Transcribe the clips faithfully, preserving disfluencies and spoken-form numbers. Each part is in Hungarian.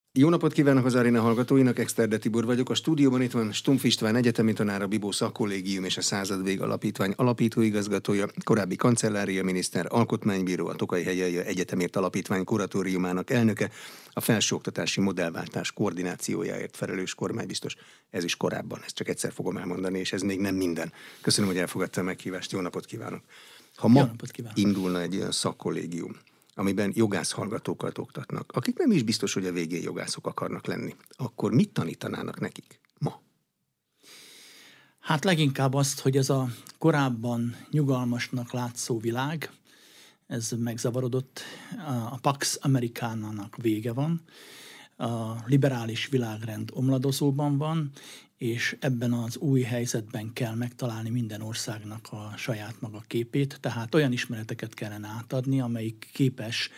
Jó napot kívánok az Aréna hallgatóinak, Exterde Tibor vagyok. A stúdióban itt van Stumpf István egyetemi tanár, a Bibó Szakkollégium és a Századvég Alapítvány alapítóigazgatója, korábbi kancellária miniszter, alkotmánybíró, a Tokaj-hegyei Egyetemért Alapítvány kuratóriumának elnöke, a felsőoktatási modellváltás koordinációjáért felelős kormánybiztos. Ez is korábban, ezt csak egyszer fogom elmondani, és ez még nem minden. Köszönöm, hogy elfogadta a meghívást. Jó napot kívánok! Ha ma indulna egy olyan szakkollégium, amiben jogászhallgatókat oktatnak, akik nem is biztos, hogy a végén jogászok akarnak lenni, akkor mit tanítanának nekik ma? Hát leginkább azt, hogy ez a korábban nyugalmasnak látszó világ, ez megzavarodott, a Pax Americananak vége van, a liberális világrend omladozóban van, és ebben az új helyzetben kell megtalálni minden országnak a saját maga képét, tehát olyan ismereteket kellene átadni, amelyik képes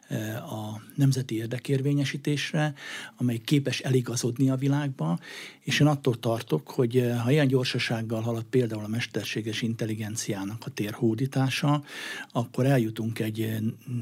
a nemzeti érdekérvényesítésre, amelyik képes eligazodni a világba, és én attól tartok, hogy ha ilyen gyorsasággal halad például a mesterséges intelligenciának a térhódítása, akkor eljutunk egy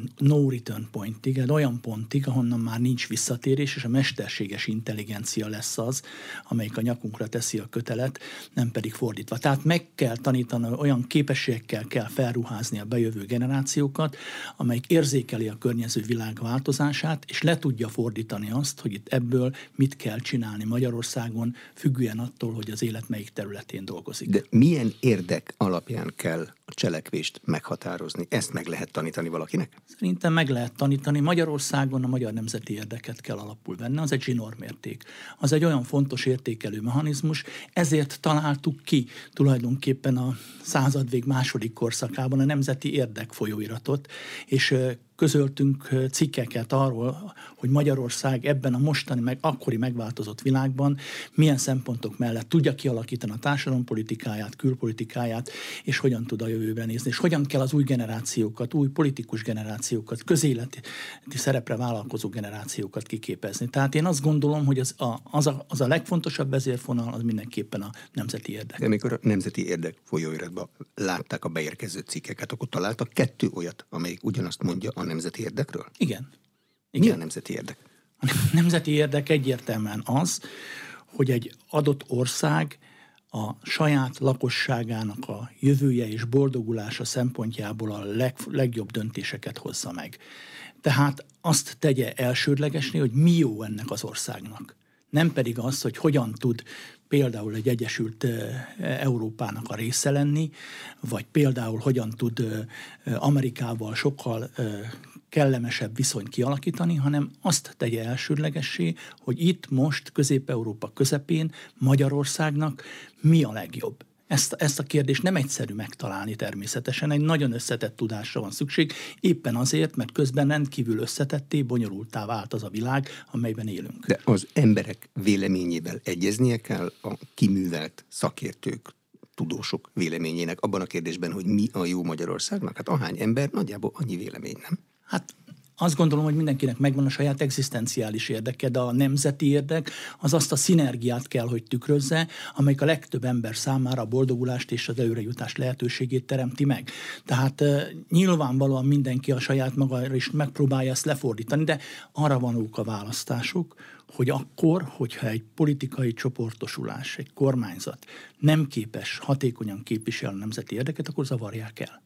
no return pointig, egy olyan pontig, ahonnan már nincs visszatérés, és a mesterséges intelligencia lesz az, amelyik a nyakunkra teszi a kötelet, nem pedig fordítva. Tehát meg kell tanítani, olyan képességekkel kell felruházni a bejövő generációkat, amelyik érzékeli a környező világ változását, és le tudja fordítani azt, hogy itt ebből mit kell csinálni Magyarországon, függően attól, hogy az élet melyik területén dolgozik. De milyen érdek alapján kell a cselekvést meghatározni? Ezt meg lehet tanítani valakinek? Szerintem meg lehet tanítani. Magyarországon a magyar nemzeti érdeket kell alapul venni. Az egy zsinórmérték. Az egy olyan fontos értékelő mechanizmus, ezért találtuk ki tulajdonképpen a századvég második korszakában a nemzeti érdek folyóiratot, és közöltünk cikkeket arról, hogy Magyarország ebben a mostani, meg akkori megváltozott világban milyen szempontok mellett tudja kialakítani a társadalompolitikáját, külpolitikáját, és hogyan tud a jövőben nézni, és hogyan kell az új generációkat, új politikus generációkat, közéleti szerepre vállalkozó generációkat kiképezni. Tehát én azt gondolom, hogy az a, az a, az a legfontosabb vezérfonal, az mindenképpen a nemzeti érdek. De amikor a nemzeti érdek folyóiratban látták a beérkező cikkeket, akkor találtak kettő olyat, amelyik ugyanazt mondja a nemzeti érdekről? Igen. Igen. Mi a nemzeti érdek? A nemzeti érdek egyértelműen az, hogy egy adott ország a saját lakosságának a jövője és boldogulása szempontjából a leg, legjobb döntéseket hozza meg. Tehát azt tegye elsődlegesné, hogy mi jó ennek az országnak. Nem pedig az, hogy hogyan tud például egy Egyesült Európának a része lenni, vagy például hogyan tud Amerikával sokkal kellemesebb viszonyt kialakítani, hanem azt tegye elsődlegessé, hogy itt most Közép-Európa közepén Magyarországnak mi a legjobb. Ezt, ezt a kérdést nem egyszerű megtalálni természetesen, egy nagyon összetett tudásra van szükség, éppen azért, mert közben rendkívül összetetté, bonyolultá vált az a világ, amelyben élünk. De az emberek véleményével egyeznie kell a kiművelt szakértők, tudósok véleményének abban a kérdésben, hogy mi a jó Magyarországnak? Hát ahány ember, nagyjából annyi vélemény, nem? Hát azt gondolom, hogy mindenkinek megvan a saját egzisztenciális érdeke, de a nemzeti érdek az azt a szinergiát kell, hogy tükrözze, amelyik a legtöbb ember számára a boldogulást és az előrejutást lehetőségét teremti meg. Tehát uh, nyilvánvalóan mindenki a saját maga is megpróbálja ezt lefordítani, de arra vannak a választások, hogy akkor, hogyha egy politikai csoportosulás, egy kormányzat nem képes hatékonyan képviselni a nemzeti érdeket, akkor zavarják el.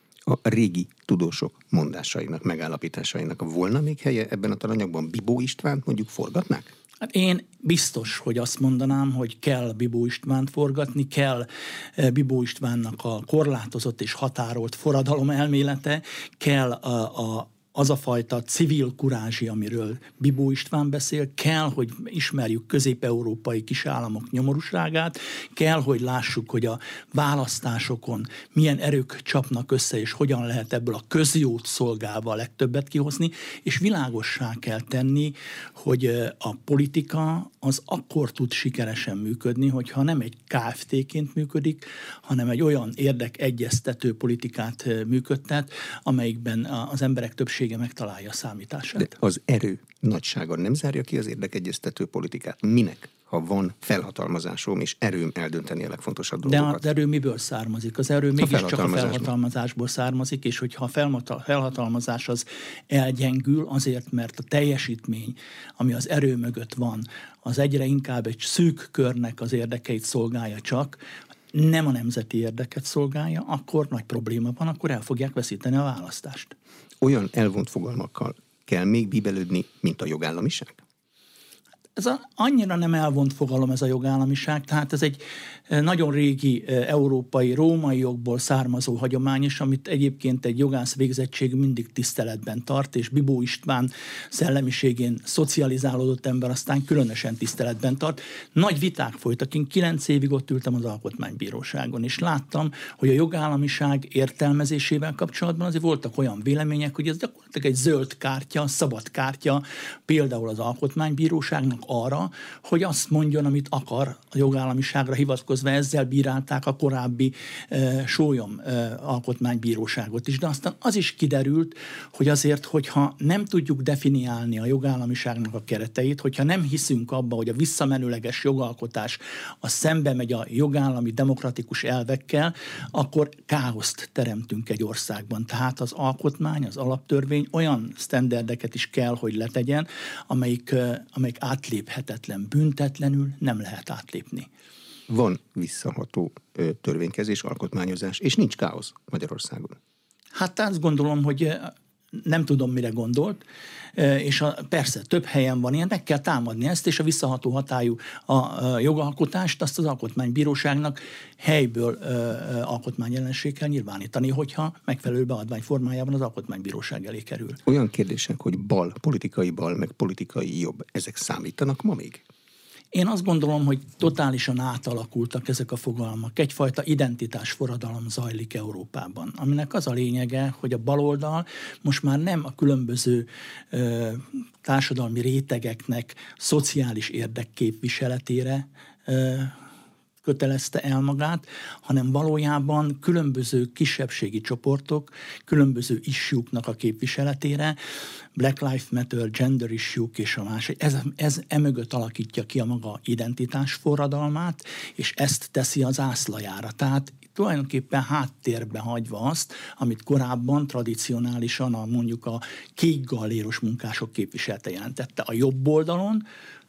A régi tudósok mondásainak, megállapításainak volna még helye ebben a tananyagban? Bibó Istvánt mondjuk forgatnák? Hát én biztos, hogy azt mondanám, hogy kell Bibó Istvánt forgatni, kell Bibó Istvánnak a korlátozott és határolt forradalom elmélete, kell a, a az a fajta civil kurázsi, amiről Bibó István beszél, kell, hogy ismerjük közép-európai kisállamok nyomorúságát, kell, hogy lássuk, hogy a választásokon milyen erők csapnak össze, és hogyan lehet ebből a közjót szolgálva a legtöbbet kihozni, és világossá kell tenni, hogy a politika az akkor tud sikeresen működni, hogyha nem egy ká ef té-ként működik, hanem egy olyan érdekegyeztető politikát működtet, amelyikben az emberek többsége többsége megtalálja a számítását. De az erő nagysága nem zárja ki az érdekegyeztető politikát. Minek, ha van felhatalmazásom és erőm eldönteni a legfontosabb dolgokat? De az erő miből származik? Az erő mégiscsak a felhatalmazásból származik, és hogyha a felhatalmazás az elgyengül azért, mert a teljesítmény, ami az erő mögött van, az egyre inkább egy szűk körnek az érdekeit szolgálja csak, nem a nemzeti érdeket szolgálja, akkor nagy probléma van, akkor el fogják veszíteni a választást. Olyan elvont fogalmakkal kell még bíbelődni, mint a jogállamiság? Ez a, annyira nem elvont fogalom ez a jogállamiság, tehát ez egy nagyon régi európai, római jogból származó hagyomány, és amit egyébként egy jogász végzettség mindig tiszteletben tart, és Bibó István szellemiségén szocializálódott ember aztán különösen tiszteletben tart. Nagy viták folytak. Én kilenc évig ott ültem az Alkotmánybíróságon, és láttam, hogy a jogállamiság értelmezésével kapcsolatban azért voltak olyan vélemények, hogy ez gyakorlatilag egy zöld kártya, szabad kártya, például az Alkotmánybíróságnak arra, hogy azt mondjon, amit akar a jogállamiságra hivatkozva, ezzel bírálták a korábbi e, sólyom e, alkotmánybíróságot is. De aztán az is kiderült, hogy azért, hogyha nem tudjuk definiálni a jogállamiságnak a kereteit, hogyha nem hiszünk abba, hogy a visszamenőleges jogalkotás a szembe megy a jogállami demokratikus elvekkel, akkor káoszt teremtünk egy országban. Tehát az alkotmány, az alaptörvény olyan sztenderdeket is kell, hogy letegyen, amelyik, amelyik átléphetetlen, büntetlenül nem lehet átlépni. Van visszaható ö, törvénykezés, alkotmányozás, és nincs káosz Magyarországon. Hát azt gondolom, hogy nem tudom, mire gondolt, és a, persze több helyen van ilyen, meg kell támadni ezt, és a visszaható hatályú a, a jogalkotást, azt az alkotmánybíróságnak helyből ö, ö, alkotmányellenessé kell nyilvánítani, hogyha megfelelő beadvány formájában az alkotmánybíróság elé kerül. Olyan kérdések, hogy bal, politikai bal, meg politikai jobb, ezek számítanak ma még? Én azt gondolom, hogy totálisan átalakultak ezek a fogalmak. Egyfajta identitásforradalom zajlik Európában, aminek az a lényege, hogy a baloldal most már nem a különböző ö, társadalmi rétegeknek szociális érdekképviseletére ö, kötelezte el magát, hanem valójában különböző kisebbségi csoportok, különböző issue-knak a képviseletére, Black Lives Matter, gender issue-k és a másik. Ez, ez emögött alakítja ki a maga identitás forradalmát, és ezt teszi az ászlajára. Tehát tulajdonképpen háttérbe hagyva azt, amit korábban tradicionálisan a, mondjuk a kék galléros munkások képviselte jelentette. A jobb oldalon,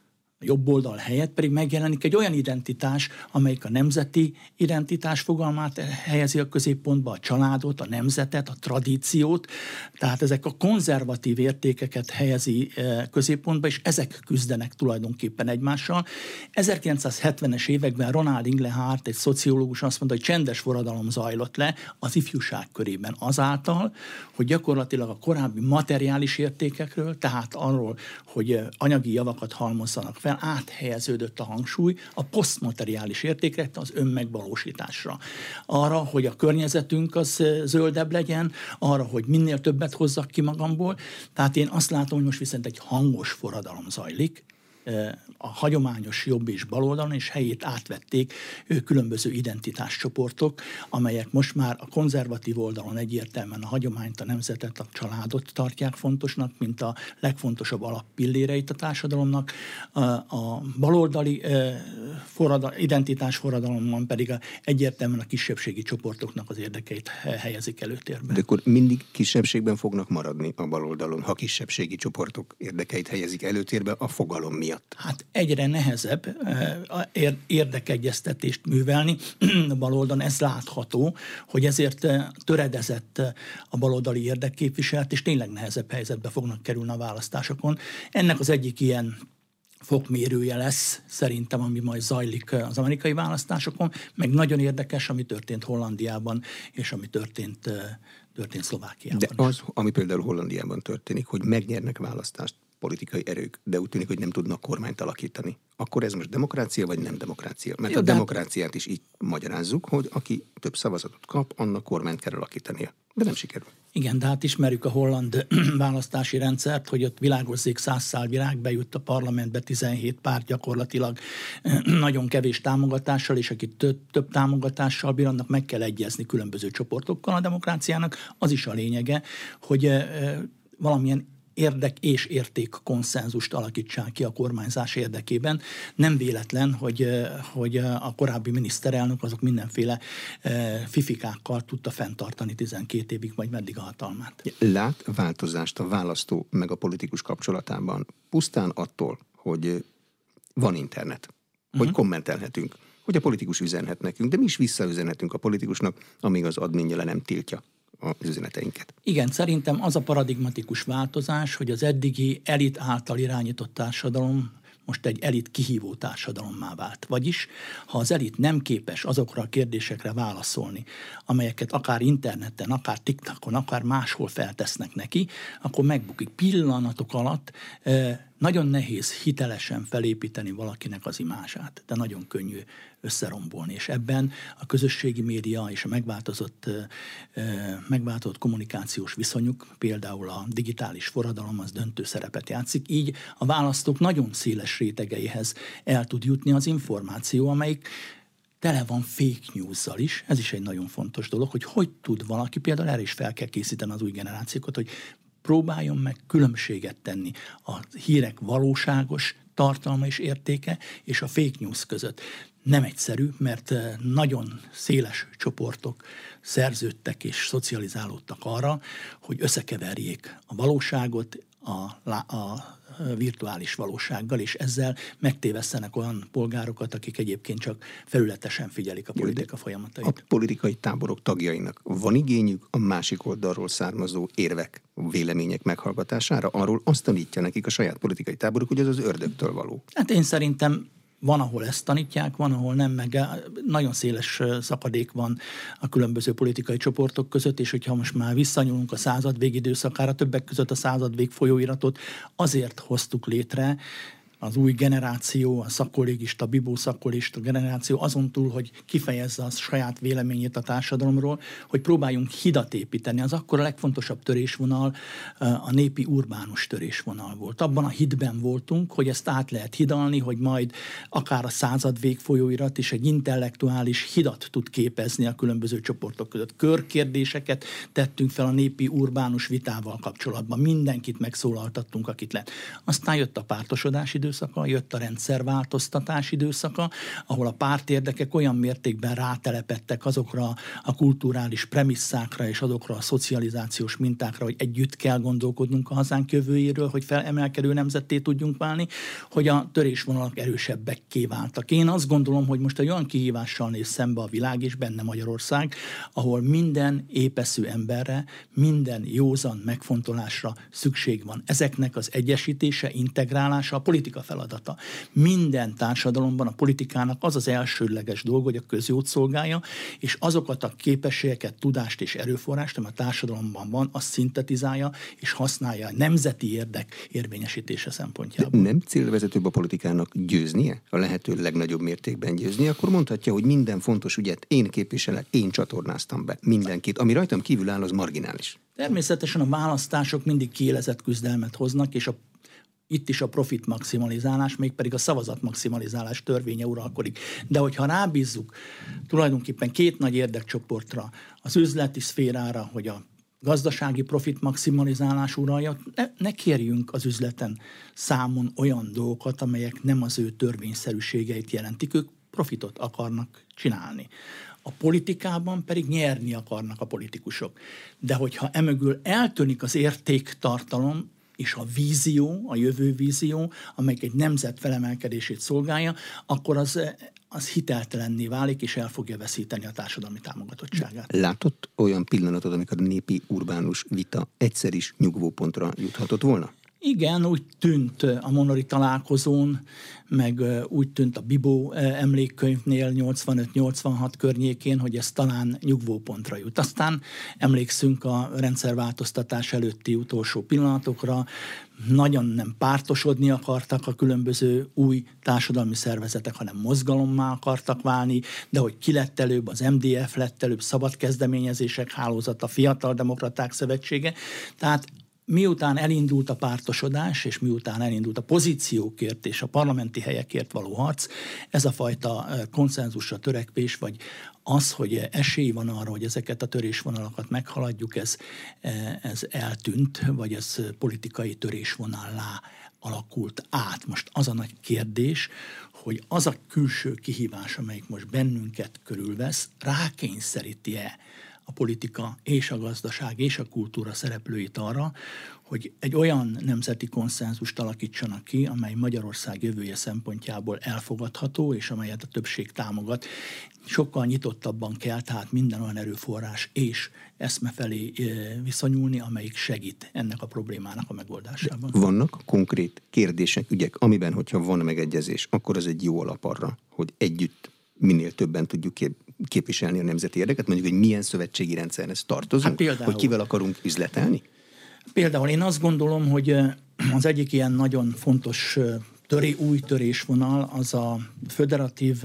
a jobb oldal helyett pedig megjelenik egy olyan identitás, amelyik a nemzeti identitás fogalmát helyezi a középpontba, a családot, a nemzetet, a tradíciót, tehát ezek a konzervatív értékeket helyezi középpontba, és ezek küzdenek tulajdonképpen egymással. ezerkilencszázhetvenes években Ronald Inglehart, egy szociológus azt mondta, hogy csendes forradalom zajlott le az ifjúság körében azáltal, hogy gyakorlatilag a korábbi materiális értékekről, tehát arról, hogy anyagi javakat halmozzanak fel, áthelyeződött a hangsúly a posztmateriális értékre, az önmegvalósításra. Arra, hogy a környezetünk az zöldebb legyen, arra, hogy minél többet hozzak ki magamból. Tehát én azt látom, hogy most viszont egy hangos forradalom zajlik, a hagyományos jobb és baloldalon, és helyét átvették különböző identitáscsoportok, amelyek most már a konzervatív oldalon egyértelműen a hagyományt, a nemzetet, a családot tartják fontosnak, mint a legfontosabb alappilléreit a társadalomnak. A baloldali forradal, identitásforradalomban pedig a, egyértelműen a kisebbségi csoportoknak az érdekeit helyezik előtérbe. De akkor mindig kisebbségben fognak maradni a baloldalon, ha kisebbségi csoportok érdekeit helyezik előtérbe a fogalom miatt. Hát egyre nehezebb érdekegyeztetést művelni a baloldalon, ez látható, hogy ezért töredezett a baloldali érdekképviselet, és tényleg nehezebb helyzetbe fognak kerülni a választásokon. Ennek az egyik ilyen fokmérője lesz szerintem, ami majd zajlik az amerikai választásokon, meg nagyon érdekes, ami történt Hollandiában, és ami történt, történt Szlovákiában. De az, ami például Hollandiában történik, hogy megnyernek választást politikai erők, de úgy tűnik, hogy nem tudnak kormányt alakítani. Akkor ez most demokrácia, vagy nem demokrácia? Mert Jó, a demokráciát is így magyarázzuk, hogy aki több szavazatot kap, annak kormányt kell alakítania. De nem sikerül. Igen, de hát ismerjük a holland választási rendszert, hogy ott világozzék száz szál virág, bejut a parlamentbe tizenhét párt gyakorlatilag nagyon kevés támogatással, és aki több, több támogatással bír, annak meg kell egyezni különböző csoportokkal. A demokráciának az is a lényege, hogy valamilyen érdek és érték konszenzust alakítsák ki a kormányzás érdekében. Nem véletlen, hogy, hogy a korábbi miniszterelnök azok mindenféle fifikákkal tudta fenntartani tizenkét évig, vagy meddig a hatalmát. Lát változást a választó meg a politikus kapcsolatában pusztán attól, hogy van internet, hogy uh-huh. kommentelhetünk, hogy a politikus üzenhet nekünk, de mi is visszaüzenhetünk a politikusnak, amíg az adminja le nem tiltja az üzeneteinket. Igen, szerintem az a paradigmatikus változás, hogy az eddigi elit által irányított társadalom most egy elit kihívó társadalommá vált. Vagyis, ha az elit nem képes azokra a kérdésekre válaszolni, amelyeket akár interneten, akár TikTokon, akár máshol feltesznek neki, akkor megbukik. Pillanatok alatt eh, nagyon nehéz hitelesen felépíteni valakinek az imázsát, de nagyon könnyű összerombolni. És ebben a közösségi média és a megváltozott, eh, megváltozott kommunikációs viszonyuk, például a digitális forradalom, az döntő szerepet játszik. Így a választók nagyon széles rétegeihez el tud jutni az információ, amelyik tele van fake news-zal is. Ez is egy nagyon fontos dolog, hogy hogy tud valaki, például erre is fel kell készíteni az új generációkat, hogy próbáljon meg különbséget tenni a hírek valóságos tartalma és értéke és a fake news között. Nem egyszerű, mert nagyon széles csoportok szerződtek és szocializálódtak arra, hogy összekeverjék a valóságot a, a virtuális valósággal, és ezzel megtévesztenek olyan polgárokat, akik egyébként csak felületesen figyelik a politika folyamatait. A politikai táborok tagjainak van igényük a másik oldalról származó érvek, vélemények meghallgatására? Arról azt tanítja nekik a saját politikai táborok, hogy ez az ördögtől való. Hát én szerintem van, ahol ezt tanítják, van, ahol nem, meg nagyon széles szakadék van a különböző politikai csoportok között, és hogyha most már visszanyúlunk a századvég időszakára, többek között a századvég folyóiratot azért hoztuk létre, az új generáció, a szakkollégista, bibó szakkollégista generáció azon túl, hogy kifejezze a saját véleményét a társadalomról, hogy próbáljunk hidat építeni. Az akkor a legfontosabb törésvonal a népi urbánus törésvonal volt. Abban a hitben voltunk, hogy ezt át lehet hidalni, hogy majd akár a századvég folyóirat is egy intellektuális hidat tud képezni a különböző csoportok között. Körkérdéseket tettünk fel a népi urbánus vitával kapcsolatban. Mindenkit megszólaltattunk, akit lehet. Aztán jött a pártosodás idő, időszaka, jött a rendszerváltoztatás időszaka, ahol a pártérdekek olyan mértékben rátelepedtek azokra a kulturális premisszákra és azokra a szocializációs mintákra, hogy együtt kell gondolkodnunk a hazánk jövőjéről, hogy felemelkedő nemzetté tudjunk válni, hogy a törésvonalak erősebbekké váltak. Én azt gondolom, hogy most egy olyan kihívással néz szembe a világ, és benne Magyarország, ahol minden épeszű emberre, minden józan megfontolásra szükség van. Ezeknek az egyesítése, integrálása a politika feladata. Minden társadalomban a politikának az az elsődleges dolga, hogy a közjót szolgálja, és azokat a képességeket, tudást és erőforrást, ami a társadalomban van, azt szintetizálja és használja a nemzeti érdek érvényesítése szempontjából. De nem célvezetőbb a politikának győznie? A lehető legnagyobb mértékben győzni? Akkor mondhatja, hogy minden fontos ügyet én képviselek, én csatornáztam be mindenkit. Ami rajtam kívül áll, az marginális. Természetesen a választások mindig kiélezett küzdelmet hoznak, és a itt is a profit maximalizálás, mégpedig a szavazat maximalizálás törvénye uralkodik. De hogyha rábízzuk tulajdonképpen két nagy érdekcsoportra, az üzleti szférára, hogy a gazdasági profit maximalizálás uralja, ne, ne kérjünk az üzleten számon olyan dolgokat, amelyek nem az ő törvényszerűségeit jelentik, ők profitot akarnak csinálni. A politikában pedig nyerni akarnak a politikusok. De hogyha emögül eltűnik az értéktartalom, és a vízió, a jövő vízió, amelyik egy nemzet felemelkedését szolgálja, akkor az, az hiteltelenné válik, és el fogja veszíteni a társadalmi támogatottságát. Látott olyan pillanatot, amikor a népi urbánus vita egyszer is nyugvópontra juthatott volna? Igen, úgy tűnt a Monori találkozón, meg úgy tűnt a Bibó emlékkönyvnél nyolcvanöt nyolcvanhat környékén, hogy ez talán nyugvópontra jut. Aztán emlékszünk a rendszerváltoztatás előtti utolsó pillanatokra, nagyon nem pártosodni akartak a különböző új társadalmi szervezetek, hanem mozgalommá akartak válni, de hogy ki lett előbb, az em dé ef lett előbb, szabad kezdeményezések hálózata, Fiatal Demokraták Szövetsége. Tehát miután elindult a pártosodás, és miután elindult a pozíciókért és a parlamenti helyekért való harc, ez a fajta konszenzusra törekvés, vagy az, hogy esély van arra, hogy ezeket a törésvonalakat meghaladjuk, ez, ez eltűnt, vagy ez politikai törésvonallá alakult át. Most az a nagy kérdés, hogy az a külső kihívás, amelyik most bennünket körülvesz, rákényszeríti-e a politika és a gazdaság és a kultúra szereplőit arra, hogy egy olyan nemzeti konszenzust alakítsanak ki, amely Magyarország jövője szempontjából elfogadható, és amelyet a többség támogat. Sokkal nyitottabban kell tehát minden olyan erőforrás és eszme felé viszonyulni, amelyik segít ennek a problémának a megoldásában. Vannak konkrét kérdések, ügyek, amiben, hogyha van megegyezés, akkor az egy jó alap arra, hogy együtt minél többen tudjuk kép- képviselni a nemzeti érdeket, mondjuk, hogy milyen szövetségi rendszerhez tartozunk, hát például, hogy kivel akarunk üzletelni? Például én azt gondolom, hogy az egyik ilyen nagyon fontos töré, új törésvonal az a föderatív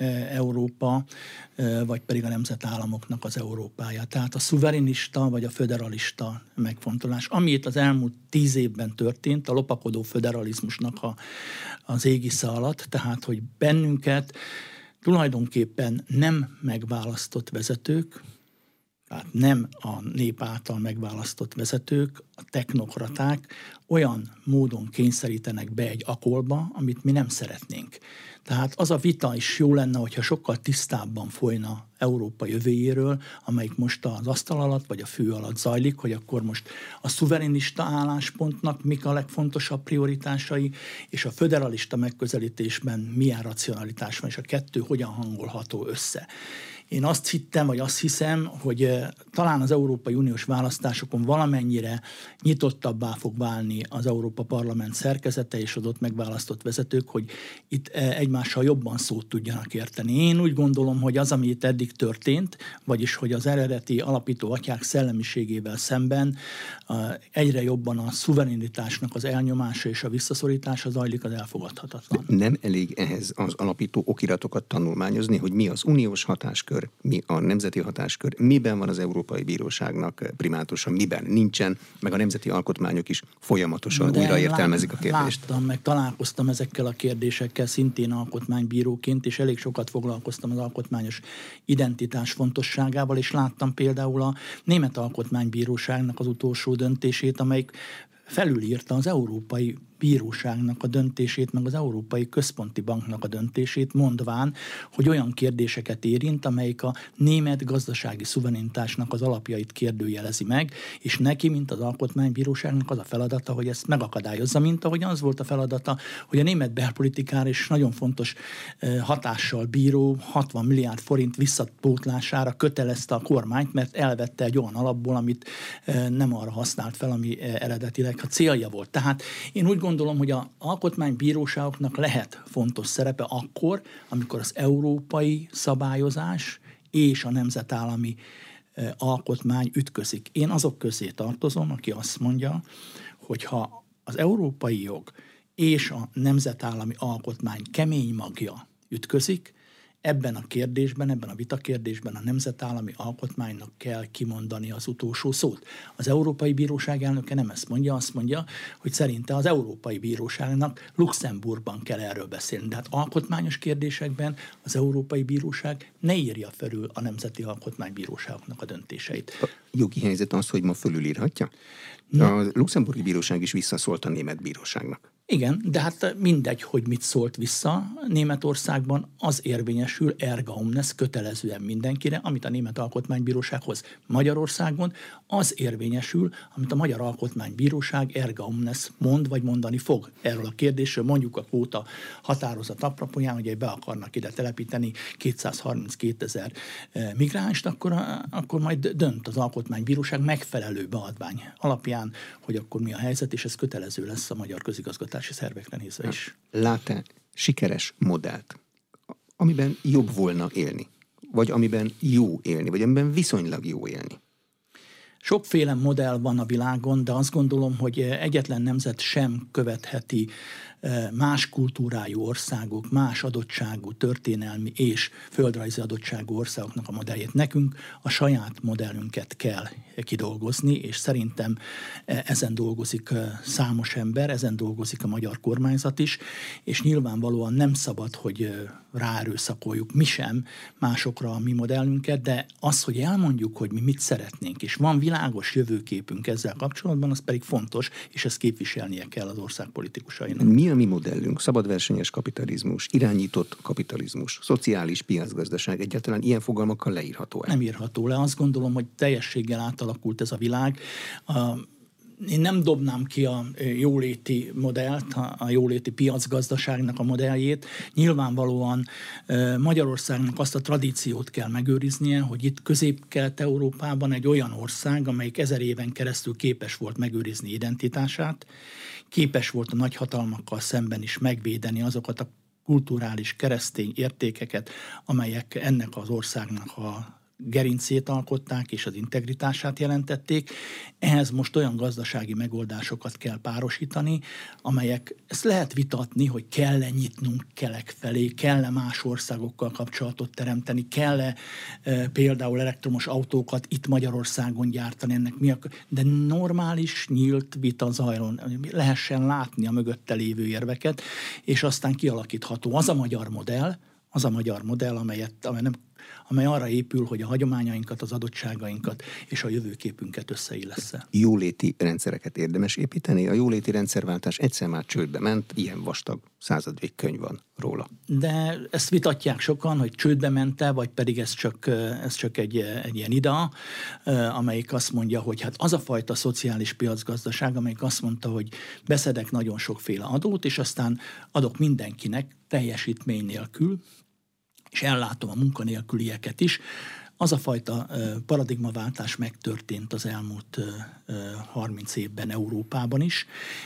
Európa, vagy pedig a nemzetállamoknak az Európája. Tehát a szuverenista vagy a föderalista megfontolás. Ami itt az elmúlt tíz évben történt, a lopakodó föderalizmusnak a, az égisze alatt, tehát hogy bennünket tulajdonképpen nem megválasztott vezetők, tehát nem a nép által megválasztott vezetők, a technokraták olyan módon kényszerítenek be egy akolba, amit mi nem szeretnénk. Tehát az a vita is jó lenne, hogyha sokkal tisztábban folyna Európa jövőjéről, amelyik most az asztal alatt vagy a fű alatt zajlik, hogy akkor most a szuverenista álláspontnak mik a legfontosabb prioritásai, és a föderalista megközelítésben milyen racionalitás van, és a kettő hogyan hangolható össze. Én azt hittem, vagy azt hiszem, hogy talán az Európai Uniós választásokon valamennyire nyitottabbá fog válni az Európa Parlament szerkezete és az ott megválasztott vezetők, hogy itt egymással jobban szót tudjanak érteni. Én úgy gondolom, hogy az, ami itt eddig történt, vagyis hogy az eredeti alapító atyák szellemiségével szemben egyre jobban a szuverenitásnak az elnyomása és a visszaszorítása zajlik, az elfogadhatatlan. Nem elég ehhez az alapító okiratokat tanulmányozni, hogy mi az uniós hatáskör, mi a nemzeti hatáskör, miben van az Európai Bíróságnak primátusa, miben nincsen, meg a nemzeti alkotmányok is folyamatosan de újraértelmezik a kérdést. Láttam, meg találkoztam ezekkel a kérdésekkel szintén alkotmánybíróként, és elég sokat foglalkoztam az alkotmányos identitás fontosságával, és láttam például a Német Alkotmánybíróságnak az utolsó döntését, amelyik felülírta az Európai Bíróságnak a döntését, meg az Európai Központi Banknak a döntését, mondván, hogy olyan kérdéseket érint, amelyik a német gazdasági szuverenitásnak az alapjait kérdőjelezi meg, és neki, mint az Alkotmánybíróságnak az a feladata, hogy ezt megakadályozza, mint ahogy az volt a feladata, hogy a német belpolitikára is nagyon fontos hatással bíró hatvan milliárd forint visszapótlására kötelezte a kormányt, mert elvette egy olyan alapból, amit nem arra használt fel, ami eredetileg a célja volt. Tehát én úgy gondolom, hogy az alkotmánybíróságoknak lehet fontos szerepe akkor, amikor az európai szabályozás és a nemzetállami alkotmány ütközik. Én azok közé tartozom, aki azt mondja, hogy ha az európai jog és a nemzetállami alkotmány kemény magja ütközik, ebben a kérdésben, ebben a vitakérdésben a nemzetállami alkotmánynak kell kimondani az utolsó szót. Az Európai Bíróság elnöke nem ezt mondja, azt mondja, hogy szerinte az Európai Bíróságnak Luxemburgban kell erről beszélni. De hát alkotmányos kérdésekben az Európai Bíróság ne írja felül a nemzeti alkotmánybíróságoknak a döntéseit. A jogi helyzet az, hogy ma fölülírhatja? A luxemburgi bíróság is visszaszólt a német bíróságnak. Igen, de hát mindegy, hogy mit szólt vissza. Németországban az érvényesül erga omnes kötelezően mindenkire, amit a Német Alkotmánybíróság hoz. Magyarországon az érvényesül, amit a Magyar Alkotmánybíróság erga omnes mond, vagy mondani fog erről a kérdésről. Mondjuk a kvóta határozat apropóján, hogy be akarnak ide telepíteni kétszázharminckétezer migránst, akkor, akkor majd dönt az Alkotmánybíróság megfelelő beadvány alapján, hogy akkor mi a helyzet, és ez kötelező lesz a magyar közigazgatási szervekre nézve is. Lát-e sikeres modellt, amiben jobb volna élni, vagy amiben jó élni, vagy amiben viszonylag jó élni? Sokféle modell van a világon, de azt gondolom, hogy egyetlen nemzet sem követheti más kultúrájú országok, más adottságú történelmi és földrajzi adottságú országoknak a modelljét. Nekünk a saját modellünket kell kidolgozni, és szerintem ezen dolgozik számos ember, ezen dolgozik a magyar kormányzat is, és nyilvánvalóan nem szabad, hogy ráerőszakoljuk mi sem másokra a mi modellünket, de az, hogy elmondjuk, hogy mi mit szeretnénk, és van világos jövőképünk ezzel kapcsolatban, az pedig fontos, és ezt képviselnie kell az ország politikusainak. Mi a mi modellünk? Szabadversenyes kapitalizmus, irányított kapitalizmus, szociális piacgazdaság, egyáltalán ilyen fogalmakkal leírható el? Nem írható le. Azt gondolom, hogy teljességgel átalakult ez a világ. A Én nem dobnám ki a jóléti modellt, a jóléti piacgazdaságnak a modelljét. Nyilvánvalóan Magyarországnak azt a tradíciót kell megőriznie, hogy itt Közép-Kelet-Európában egy olyan ország, amelyik ezer éven keresztül képes volt megőrizni identitását, képes volt a nagyhatalmakkal szemben is megvédeni azokat a kulturális keresztény értékeket, amelyek ennek az országnak a gerincét alkották és az integritását jelentették. Ehhez most olyan gazdasági megoldásokat kell párosítani, amelyek, ezt lehet vitatni, hogy kell-e nyitnunk kelek felé, kell-e más országokkal kapcsolatot teremteni, kell-e e, például elektromos autókat itt Magyarországon gyártani, ennek mi a, de normális, nyílt vita zajlon, lehessen látni a mögötte lévő érveket, és aztán kialakítható az a magyar modell, az a magyar modell, amelyet, amely nem amely arra épül, hogy a hagyományainkat, az adottságainkat és a jövőképünket összeillessze. Jóléti rendszereket érdemes építeni. A jóléti rendszerváltás egyszer már csődbe ment, ilyen vastag századvég könyv van róla. De ezt vitatják sokan, hogy csődbe ment-e, vagy pedig ez csak, ez csak egy, egy ilyen ida, amelyik azt mondja, hogy hát az a fajta szociális piacgazdaság, amelyik azt mondta, hogy beszedek nagyon sokféle adót, és aztán adok mindenkinek teljesítmény nélkül, és ellátom a munkanélkülieket is. Az a fajta paradigmaváltás megtörtént az elmúlt harminc évben Európában is.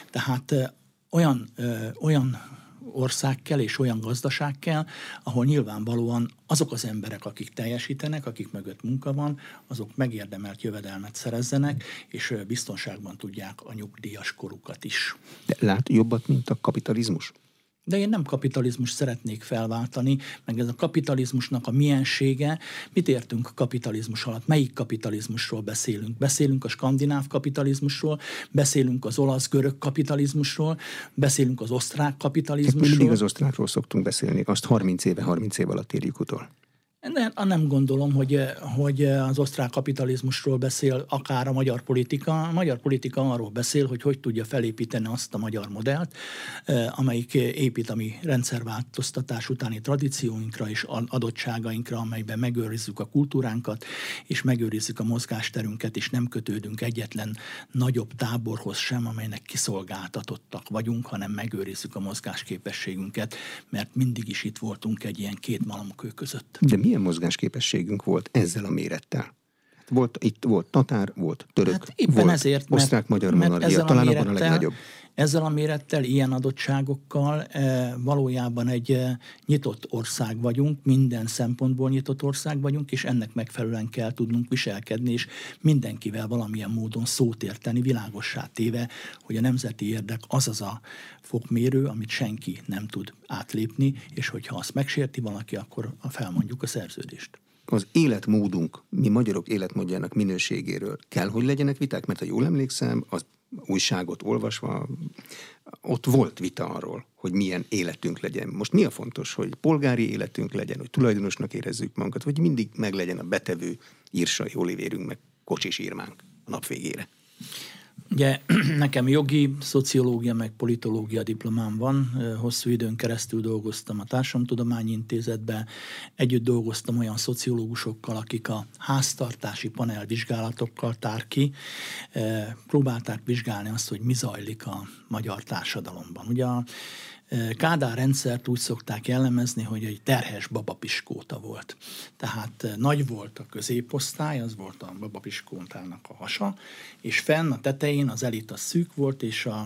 Tehát olyan, olyan ország kell és olyan gazdaság kell, ahol nyilvánvalóan azok az emberek, akik teljesítenek, akik mögött munka van, azok megérdemelt jövedelmet szerezzenek, és biztonságban tudják a nyugdíjas korukat is. De lát jobbat, mint a kapitalizmus? De én nem kapitalizmus szeretnék felváltani, meg ez a kapitalizmusnak a miensége. Mit értünk kapitalizmus alatt? Melyik kapitalizmusról beszélünk? Beszélünk a skandináv kapitalizmusról, beszélünk az olasz-görög kapitalizmusról, beszélünk az osztrák kapitalizmusról. Hát mindig az osztrákról szoktunk beszélni, azt harminc éve, harminc év alatt érjük utol. Nem, nem gondolom, hogy, hogy az osztrák kapitalizmusról beszél akár a magyar politika. A magyar politika arról beszél, hogy hogy tudja felépíteni azt a magyar modellt, amelyik épít a mi rendszerváltoztatás utáni tradícióinkra és adottságainkra, amelyben megőrizzük a kultúránkat, és megőrizzük a mozgásterünket, és nem kötődünk egyetlen nagyobb táborhoz sem, amelynek kiszolgáltatottak vagyunk, hanem megőrizzük a mozgásképességünket, mert mindig is itt voltunk egy ilyen két malomkő között. De milyen mozgásképességünk volt ezzel a mérettel? Volt, itt volt tatár, volt török, hát éppen volt ezért, osztrák-magyar monarchia, talán abban a legnagyobb. Ezzel a mérettel, ilyen adottságokkal e, valójában egy e, nyitott ország vagyunk, minden szempontból nyitott ország vagyunk, és ennek megfelelően kell tudnunk viselkedni, és mindenkivel valamilyen módon szót érteni, világossá téve, hogy a nemzeti érdek az az a fokmérő, amit senki nem tud átlépni, és hogyha azt megsérti valaki, akkor felmondjuk a szerződést. Az életmódunk, mi magyarok életmódjának minőségéről kell, hogy legyenek viták, mert ha jól emlékszem, az újságot olvasva, ott volt vita arról, hogy milyen életünk legyen. Most mi a fontos, hogy polgári életünk legyen, hogy tulajdonosnak érezzük magunkat, vagy mindig meg legyen a betevő írsai olivérünk, meg kocsis írmánk a nap végére? Ugye nekem jogi, szociológia, meg politológia diplomám van. Hosszú időn keresztül dolgoztam a Társadalomtudományi Intézetben. Együtt dolgoztam olyan szociológusokkal, akik a háztartási panel vizsgálatokkal tár ki. Próbálták vizsgálni azt, hogy mi zajlik a magyar társadalomban. Ugye a Kádár rendszert úgy szokták jellemezni, hogy egy terhes babapiskóta volt. Tehát nagy volt a középosztály, az volt a babapiskótának a hasa, és fenn a tetején az elit a szűk volt, és a,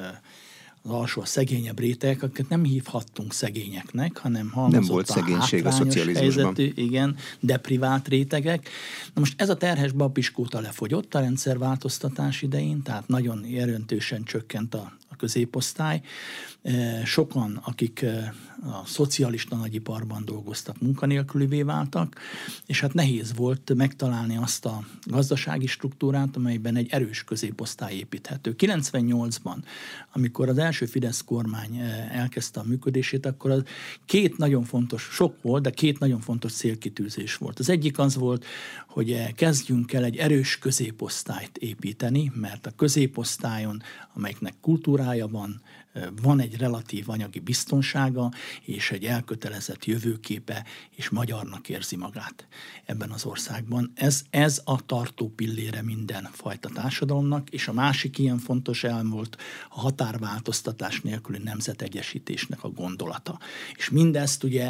az alsó a szegényebb rétegek, akiket nem hívhattunk szegényeknek, hanem halmozott nem volt a szegénység a szocializmusban. Helyzetű, igen, deprivált rétegek. Na most ez a terhes babapiskóta lefogyott a rendszerváltoztatás idején, tehát nagyon jelentősen csökkent a a középosztály. Sokan, akik a szocialista nagyiparban dolgoztak, munkanélkülivé váltak, és hát nehéz volt megtalálni azt a gazdasági struktúrát, amelyben egy erős középosztály építhető. kilencvennyolcban, amikor az első Fidesz kormány elkezdte a működését, akkor az két nagyon fontos, sok volt, de két nagyon fontos célkitűzés volt. Az egyik az volt, hogy kezdjünk el egy erős középosztályt építeni, mert a középosztályon, amelyiknek kultúrája van, van egy relatív anyagi biztonsága, és egy elkötelezett jövőképe, és magyarnak érzi magát ebben az országban. Ez, ez a tartó pillére minden fajta társadalomnak, és a másik ilyen fontos elem volt a határváltoztatás nélküli nemzetegyesítésnek a gondolata. És mindezt ugye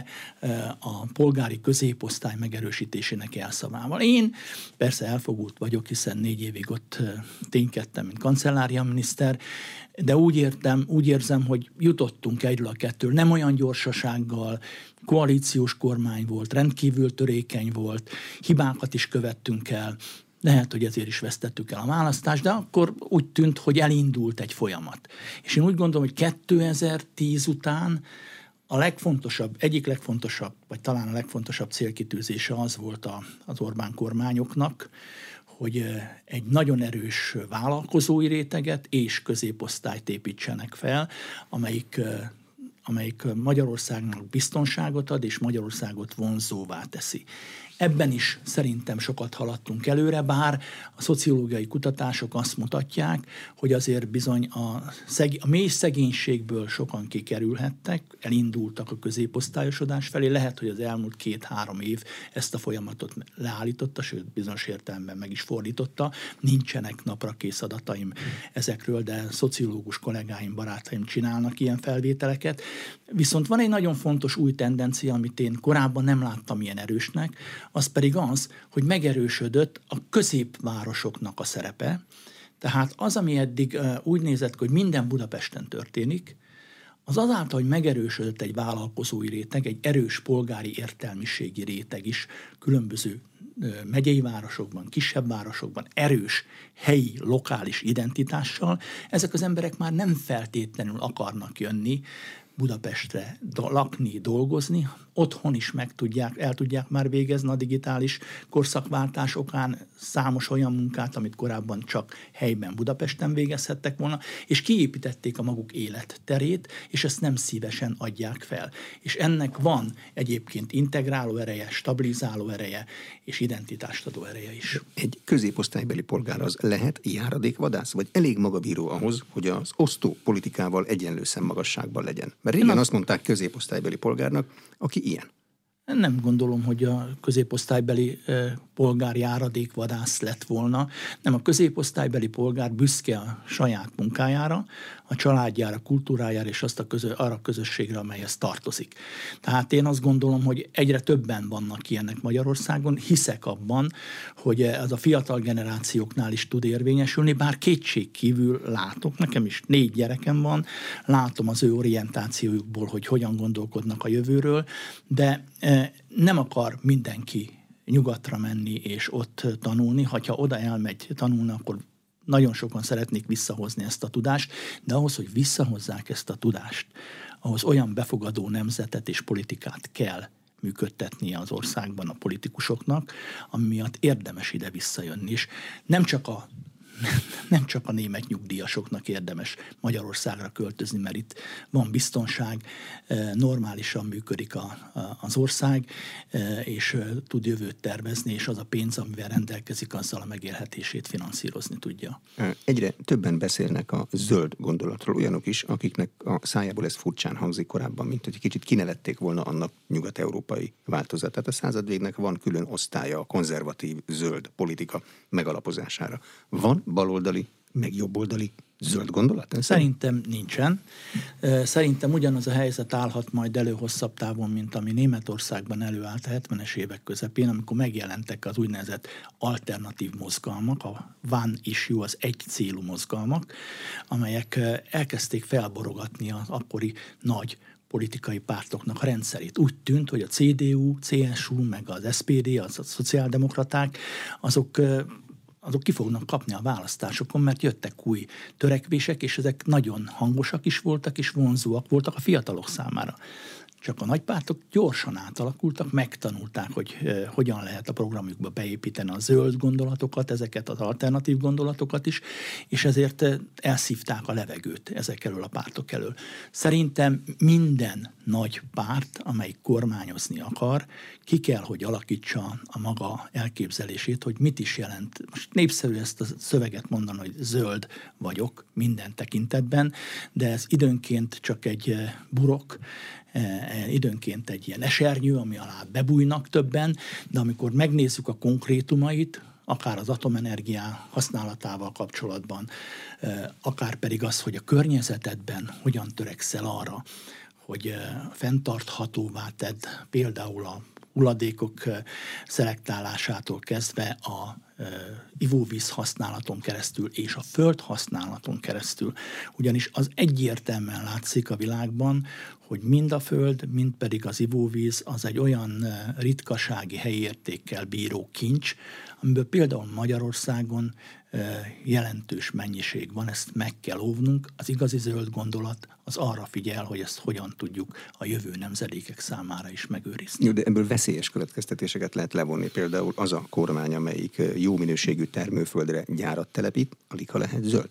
a polgári középosztály megerősítésének elszavával. Én persze elfogult vagyok, hiszen négy évig ott ténykedtem, mint kancelláriaminiszter, de úgy értem, úgy érzem, hogy jutottunk egyről a kettőről, nem olyan gyorsasággal, koalíciós kormány volt, rendkívül törékeny volt, hibákat is követtünk el, lehet, hogy ezért is vesztettük el a választást, de akkor úgy tűnt, hogy elindult egy folyamat. És én úgy gondolom, hogy kétezer-tíz után a legfontosabb, egyik legfontosabb, vagy talán a legfontosabb célkitűzése az volt a, az Orbán kormányoknak, hogy egy nagyon erős vállalkozói réteget és középosztályt építsenek fel, amelyik, amelyik Magyarországnak biztonságot ad, és Magyarországot vonzóvá teszi. Ebben is szerintem sokat haladtunk előre, bár a szociológiai kutatások azt mutatják, hogy azért bizony a, szeg- a mély szegénységből sokan kikerülhettek, elindultak a középosztályosodás felé. Lehet, hogy az elmúlt két-három év ezt a folyamatot leállította, sőt bizonyos értelemben meg is fordította. Nincsenek naprakész adataim ezekről, de szociológus kollégáim, barátaim csinálnak ilyen felvételeket. Viszont van egy nagyon fontos új tendencia, amit én korábban nem láttam ilyen erősnek, az pedig az, hogy megerősödött a középvárosoknak a szerepe. Tehát az, ami eddig úgy nézett ki, hogy minden Budapesten történik, az azáltal, hogy megerősödött egy vállalkozói réteg, egy erős polgári értelmiségi réteg is különböző megyei városokban, kisebb városokban, erős helyi, lokális identitással, ezek az emberek már nem feltétlenül akarnak jönni Budapestre do- lakni, dolgozni, otthon is meg tudják, el tudják már végezni a digitális korszakváltás okán számos olyan munkát, amit korábban csak helyben Budapesten végezhettek volna, és kiépítették a maguk életterét, és ezt nem szívesen adják fel. És ennek van egyébként integráló ereje, stabilizáló ereje, és identitást adó ereje is. Egy középosztálybeli polgár az lehet járadékvadász, vagy elég magabíró ahhoz, hogy az osztó politikával egyenlő szemmagasságban legyen? Mert régen azt mondták középosztálybeli polgárnak, aki ilyen. Nem gondolom, hogy a középosztálybeli e, polgár járadékvadász lett volna. Nem, a középosztálybeli polgár büszke a saját munkájára, a családjára, kultúrájára és azt a közö, arra a közösségre, amelyhez tartozik. Tehát én azt gondolom, hogy egyre többen vannak ilyenek Magyarországon. Hiszek abban, hogy ez a fiatal generációknál is tud érvényesülni, bár kétség kívül látok, nekem is négy gyerekem van, látom az ő orientációjukból, hogy hogyan gondolkodnak a jövőről, de nem akar mindenki nyugatra menni és ott tanulni. Ha oda elmegy tanulni, akkor nagyon sokan szeretnék visszahozni ezt a tudást, de ahhoz, hogy visszahozzák ezt a tudást, ahhoz olyan befogadó nemzetet és politikát kell működtetnie az országban a politikusoknak, ami miatt érdemes ide visszajönni. És nem csak a nem csak a német nyugdíjasoknak érdemes Magyarországra költözni, mert itt van biztonság, normálisan működik a, a, az ország, és tud jövőt tervezni, és az a pénz, amivel rendelkezik, azzal a megélhetését finanszírozni tudja. Egyre többen beszélnek a zöld gondolatról, olyanok is, akiknek a szájából ez furcsán hangzik korábban, mint hogy kicsit kinevették volna annak nyugat-európai változatát. A századvégnek van külön osztálya a konzervatív zöld politika megalapozására. Van baloldali, meg jobboldali zöld gondolat? Szerintem nincsen. Szerintem ugyanaz a helyzet állhat majd elő hosszabb távon, mint ami Németországban előállt a hetvenes évek közepén, amikor megjelentek az úgynevezett alternatív mozgalmak, a one issue, az egy célú mozgalmak, amelyek elkezdték felborogatni az akkori nagy politikai pártoknak a rendszerét. Úgy tűnt, hogy a cé dé u, cé es u, meg az es pé dé, az a szociáldemokraták, azok azok ki fognak kapni a választásokon, mert jöttek új törekvések, és ezek nagyon hangosak is voltak, és vonzóak voltak a fiatalok számára. Csak a nagypártok gyorsan átalakultak, megtanulták, hogy eh, hogyan lehet a programjukba beépíteni a zöld gondolatokat, ezeket az alternatív gondolatokat is, és ezért eh, elszívták a levegőt ezek elől a pártok elől. Szerintem minden nagy párt, amelyik kormányozni akar, ki kell, hogy alakítsa a maga elképzelését, hogy mit is jelent. Most népszerű ezt a szöveget mondani, hogy zöld vagyok minden tekintetben, de ez időnként csak egy eh, burok, időnként egy ilyen esernyő, ami alá bebújnak többen, de amikor megnézzük a konkrétumait, akár az atomenergia használatával kapcsolatban, akár pedig az, hogy a környezetedben hogyan törekszel arra, hogy fenntarthatóvá tedd például a hulladékok szelektálásától kezdve a ivóvíz használaton keresztül és a föld használaton keresztül. Ugyanis az egyértelműen látszik a világban, hogy mind a föld, mind pedig az ivóvíz az egy olyan ritkasági helyértékkel bíró kincs, amiből például Magyarországon jelentős mennyiség van, ezt meg kell óvnunk. Az igazi zöld gondolat az arra figyel, hogy ezt hogyan tudjuk a jövő nemzedékek számára is megőrizni. Jó, de ebből veszélyes következtetéseket lehet levonni. Például az a kormány, amelyik jó minőségű termőföldre gyárat telepít, alig ha lehet zöld.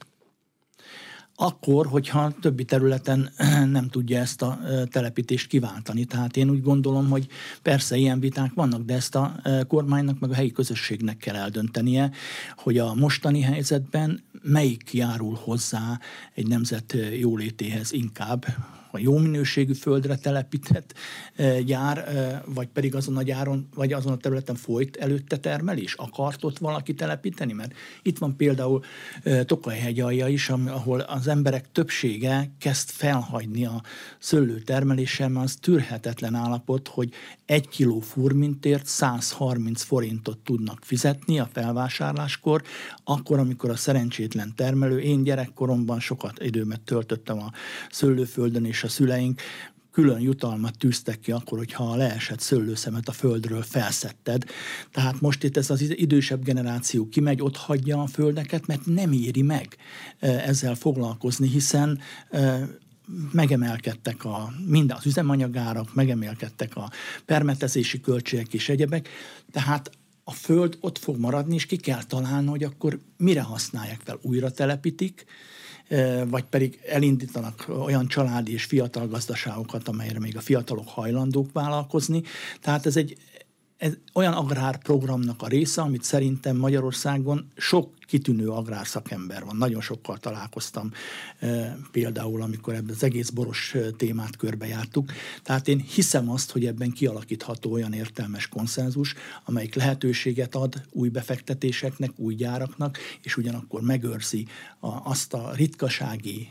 Akkor, hogyha többi területen nem tudja ezt a telepítést kiváltani. Tehát én úgy gondolom, hogy persze ilyen viták vannak, de ezt a kormánynak meg a helyi közösségnek kell eldöntenie, hogy a mostani helyzetben melyik járul hozzá egy nemzet jólétéhez inkább, a jó minőségű földre telepített gyár, vagy pedig azon a gyáron, vagy azon a területen folyt előtte termelés? Akart ott valaki telepíteni? Mert itt van például Tokaj-hegyalja is, ahol az emberek többsége kezd felhagyni a szőlőtermeléssel, mert az tűrhetetlen állapot, hogy egy kiló furmintért száz harminc forintot tudnak fizetni a felvásárláskor, akkor, amikor a szerencsétlen termelő, én gyerekkoromban sokat időmet töltöttem a szőlőföldön, és a szüleink külön jutalmat tűztek ki akkor, hogyha leesett szőlőszemet a földről felszedted. Tehát most itt ez az idősebb generáció kimegy, ott hagyja a földeket, mert nem éri meg ezzel foglalkozni, hiszen megemelkedtek a, mind az üzemanyagárak, megemelkedtek a permetezési költségek és egyebek, tehát a föld ott fog maradni, és ki kell találni, hogy akkor mire használják fel, újra telepítik, vagy pedig elindítanak olyan családi és fiatal gazdaságokat, amelyre még a fiatalok hajlandók vállalkozni. Tehát ez egy ez olyan agrárprogramnak a része, amit szerintem Magyarországon sok kitűnő agrárszakember van. Nagyon sokkal találkoztam például, amikor ebben az egész boros témát körbejártuk. Tehát én hiszem azt, hogy ebben kialakítható olyan értelmes konszenzus, amelyik lehetőséget ad új befektetéseknek, új gyáraknak, és ugyanakkor megőrzi a, azt a ritkasági,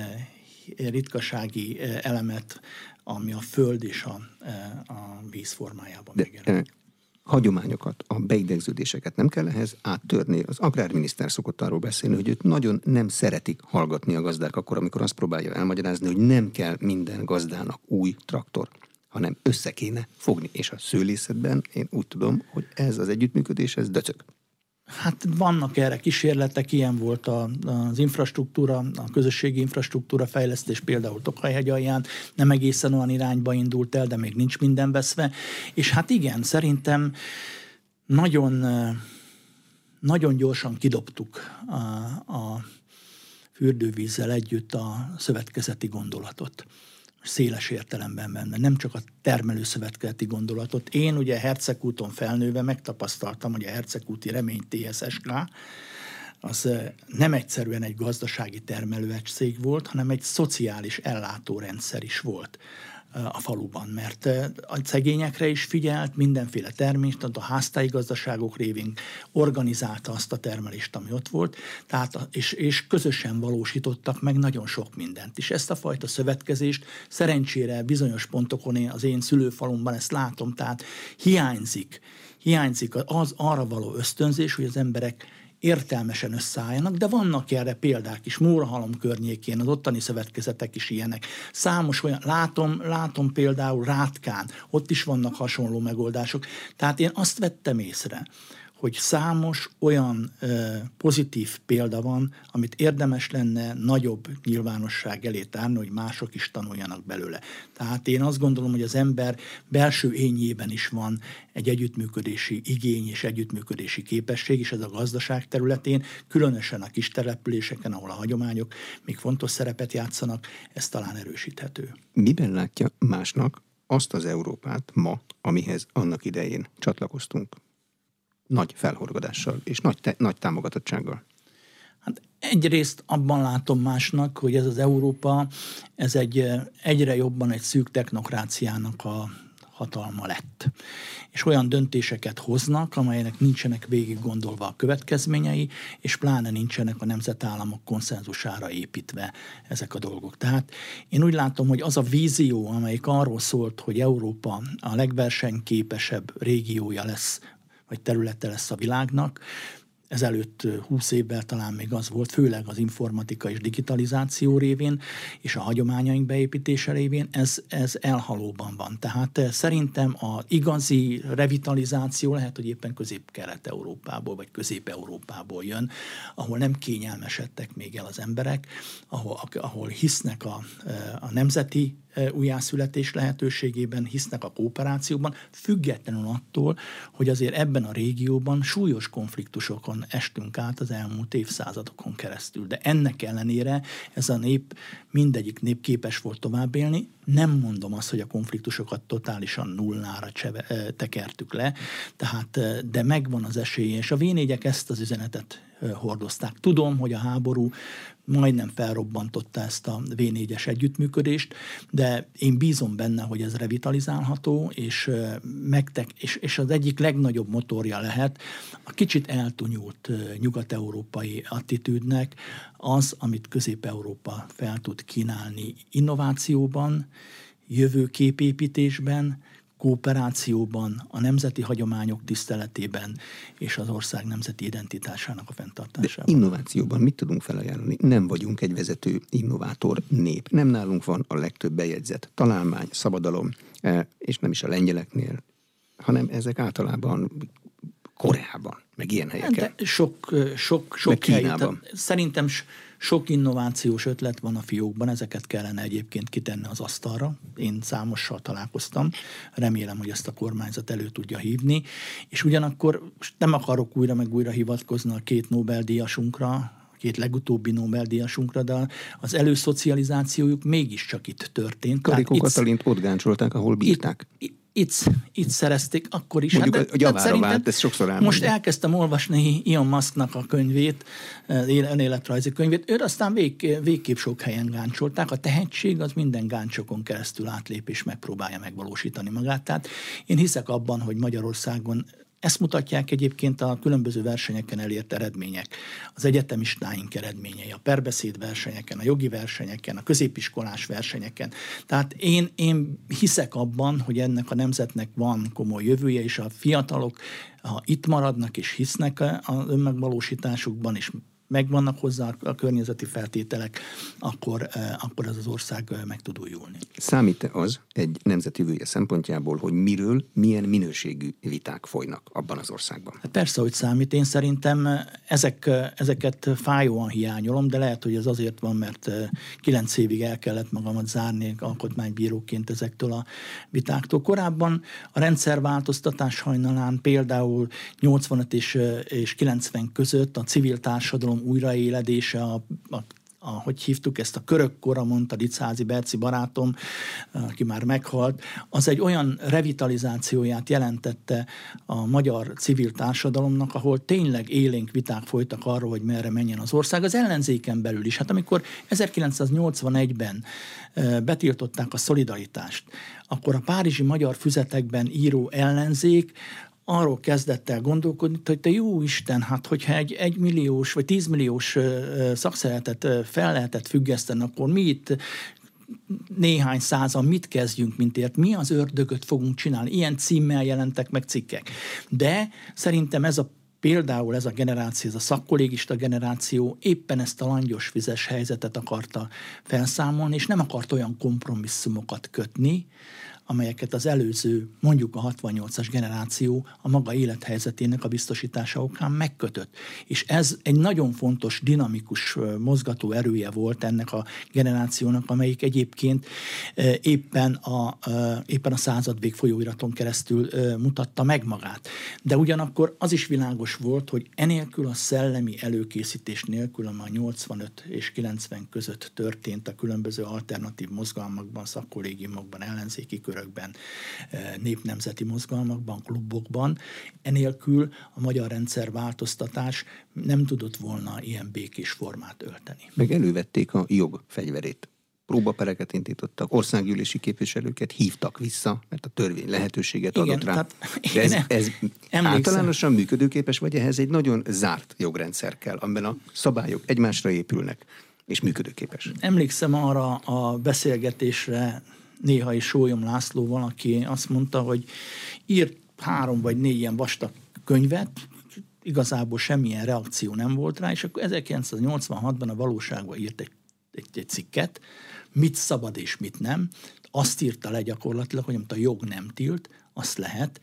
ritkasági elemet, ami a föld és a, a víz formájában megjelenik. Hagyományokat, a beidegződéseket nem kell ehhez áttörni. Az agrárminiszter szokott arról beszélni, hogy őt nagyon nem szeretik hallgatni a gazdák akkor, amikor azt próbálja elmagyarázni, hogy nem kell minden gazdának új traktor, hanem össze kéne fogni. És a szőlészetben én úgy tudom, hogy ez az együttműködés, ez döcög. Hát vannak erre kísérletek, ilyen volt a, az infrastruktúra, a közösségi infrastruktúra fejlesztés például Tokaj-hegyalján, nem egészen olyan irányba indult el, de még nincs minden veszve. És hát igen, szerintem nagyon, nagyon gyorsan kidobtuk a, a fürdővízzel együtt a szövetkezeti gondolatot. Széles értelemben benne, nem csak a termelőszövetkezeti gondolatot. Én ugye Hercegúton felnőve megtapasztaltam, hogy a Hercegúti Remény té es es ká az nem egyszerűen egy gazdasági termelőegység volt, hanem egy szociális ellátórendszer is volt a faluban, mert a szegényekre is figyelt, mindenféle termést, tehát a háztáji gazdaságok révén organizálta azt a termelést, ami ott volt, tehát, és, és közösen valósítottak meg nagyon sok mindent. És ezt a fajta szövetkezést szerencsére bizonyos pontokon én, az én szülőfalumban ezt látom, tehát hiányzik, hiányzik az arra való ösztönzés, hogy az emberek értelmesen összeálljanak, de vannak erre példák is. Mórahalom környékén, az ottani szövetkezetek is ilyenek. Számos olyan, látom, látom például Rátkán, ott is vannak hasonló megoldások. Tehát én azt vettem észre, hogy számos olyan ö, pozitív példa van, amit érdemes lenne nagyobb nyilvánosság elé tárni, hogy mások is tanuljanak belőle. Tehát én azt gondolom, hogy az ember belső ényében is van egy együttműködési igény és együttműködési képesség, és ez a gazdaság területén, különösen a kis településeken, ahol a hagyományok még fontos szerepet játszanak, ez talán erősíthető. Miben látja másnak azt az Európát ma, amihez annak idején csatlakoztunk? Nagy felhorgadással és nagy, te, nagy támogatottsággal. Hát egyrészt abban látom másnak, hogy ez az Európa, ez egy egyre jobban egy szűk technokráciának a hatalma lett. És olyan döntéseket hoznak, amelynek nincsenek végig gondolva a következményei, és pláne nincsenek a nemzetállamok konszenzusára építve ezek a dolgok. Tehát én úgy látom, hogy az a vízió, amelyik arról szólt, hogy Európa a legversenyképesebb régiója lesz, vagy területe lesz a világnak, ezelőtt húsz évvel talán még az volt, főleg az informatika és digitalizáció révén, és a hagyományaink beépítése révén, ez, ez elhalóban van. Tehát szerintem az igazi revitalizáció lehet, hogy éppen Közép-Kelet-Európából, vagy Közép-Európából jön, ahol nem kényelmesedtek még el az emberek, ahol, ahol hisznek a, a nemzeti újjászületés lehetőségében, hisznek a kooperációban, függetlenül attól, hogy azért ebben a régióban súlyos konfliktusokon estünk át az elmúlt évszázadokon keresztül. De ennek ellenére ez a nép, mindegyik nép képes volt tovább élni. Nem mondom azt, hogy a konfliktusokat totálisan nullára cseve, tekertük le, tehát, de megvan az esélye, és a vé négyek ezt az üzenetet hordozták. Tudom, hogy a háború majdnem felrobbantotta ezt a vé négyes együttműködést, de én bízom benne, hogy ez revitalizálható, és, megtek, és, és az egyik legnagyobb motorja lehet a kicsit eltunyult nyugat-európai attitűdnek az, amit Közép-Európa fel tud kínálni innovációban, jövőképépítésben, kooperációban, a nemzeti hagyományok tiszteletében és az ország nemzeti identitásának a fenntartásában. De innovációban mit tudunk felajánlani? Nem vagyunk egy vezető innovátor nép. Nem nálunk van a legtöbb bejegyzett találmány, szabadalom, és nem is a lengyeleknél, hanem ezek általában Koreában, meg ilyen helyeken. De sok, sok, sok helyen. Szerintem sok innovációs ötlet van a fiókban, ezeket kellene egyébként kitenni az asztalra. Én számossal találkoztam, remélem, hogy ezt a kormányzat elő tudja hívni, és ugyanakkor nem akarok újra meg újra hivatkozni a két Nobel-díjasunkra, két legutóbbi Nobel-díjasunkra, de az előszocializációjuk mégiscsak itt történt. Karikó Katalint ott gáncsolták, ahol bírták. Itt, Itt, itt szerezték akkor is. Mondjuk hát, a javára vált, ezt sokszor elmondja. Most elkezdtem olvasni Elon Musknak a könyvét, önéletrajzi könyvét. Őt aztán vég, végképp sok helyen gáncsolták. A tehetség az minden gáncsokon keresztül átlép és megpróbálja megvalósítani magát. Tehát én hiszek abban, hogy Magyarországon ezt mutatják egyébként a különböző versenyeken elért eredmények. Az egyetemistáink eredményei, a perbeszéd versenyeken, a jogi versenyeken, a középiskolás versenyeken. Tehát én, én hiszek abban, hogy ennek a nemzetnek van komoly jövője, és a fiatalok, ha itt maradnak és hisznek az önmegvalósításukban, és megvannak hozzá a környezeti feltételek, akkor, akkor ez az ország meg tud újulni. Számít-e az egy nemzet jövője szempontjából, hogy miről, milyen minőségű viták folynak abban az országban? Hát persze, hogy számít. Én szerintem ezek, ezeket fájóan hiányolom, de lehet, hogy ez azért van, mert kilenc évig el kellett magamat zárni alkotmánybíróként ezektől a vitáktól. Korábban a rendszerváltoztatás hajnalán például nyolcvanöt és, és kilencven között a civil társadalom újraéledése, a, a, a, hogy hívtuk ezt, a körökkora, mondta Dicházi Berci barátom, aki már meghalt, az egy olyan revitalizációját jelentette a magyar civil társadalomnak, ahol tényleg élénk viták folytak arról, hogy merre menjen az ország, az ellenzéken belül is. Hát amikor ezerkilencszáznyolcvanegyben betiltották a szolidaritást, akkor a párizsi magyar füzetekben író ellenzék arról kezdett el gondolkodni, hogy te jó Isten, hát hogyha egy egymilliós vagy tízmilliós szakszervezetet fel lehetett függeszteni, akkor mi itt néhány százan mit kezdjünk, mintért, mi az ördögöt fogunk csinálni. Ilyen címmel jelentek meg cikkek. De szerintem ez a például ez a generáció, ez a szakkollégista generáció éppen ezt a langyos vizes helyzetet akarta felszámolni, és nem akart olyan kompromisszumokat kötni, amelyeket az előző, mondjuk a hatvannyolcas generáció a maga élethelyzetének a biztosítása okán megkötött. És ez egy nagyon fontos, dinamikus mozgató erője volt ennek a generációnak, amelyik egyébként éppen a, éppen a századvég folyóiraton keresztül mutatta meg magát. De ugyanakkor az is világos volt, hogy enélkül a szellemi előkészítés nélkül, amely nyolcvanöt és kilencven között történt a különböző alternatív mozgalmakban, szakkollégiumokban, ellenzéki körökben, népnemzeti mozgalmakban, klubokban, enélkül a magyar rendszerváltoztatás nem tudott volna ilyen békés formát ölteni. Meg elővették a jog fegyverét. Próbapereket indítottak, országgyűlési képviselőket hívtak vissza, mert a törvény lehetőséget adott Igen, rá. De ez, ez általánosan működőképes, vagy ehhez egy nagyon zárt jogrendszer kell, amiben a szabályok egymásra épülnek, és működőképes? Emlékszem arra a beszélgetésre néha is Sólyom Lászlóval, aki azt mondta, hogy írt három vagy négy ilyen vastag könyvet, igazából semmilyen reakció nem volt rá, és akkor ezerkilencszáznyolcvanhatban a Valóságban írt egy, egy, egy cikket, mit szabad és mit nem. Azt írta le gyakorlatilag, hogy amit a jog nem tilt, azt lehet.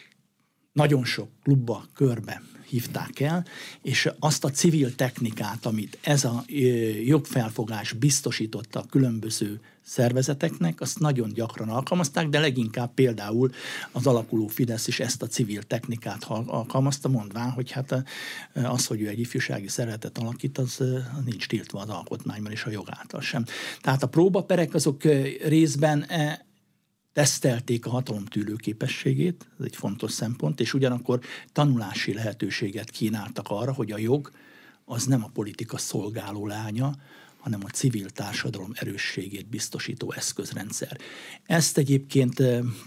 Nagyon sok klubba, körbe hívták el, és azt a civil technikát, amit ez a jogfelfogás biztosította a különböző szervezeteknek, azt nagyon gyakran alkalmazták, de leginkább például az alakuló Fidesz is ezt a civil technikát alkalmazta, mondván, hogy hát az, hogy ő egy ifjúsági szervezetet alakít, az nincs tiltva az alkotmányban és a jog által sem. Tehát a próbaperek azok részben tesztelték a hatalomtűrő képességét, ez egy fontos szempont, és ugyanakkor tanulási lehetőséget kínáltak arra, hogy a jog az nem a politika szolgáló lánya, hanem a civil társadalom erősségét biztosító eszközrendszer. Ezt egyébként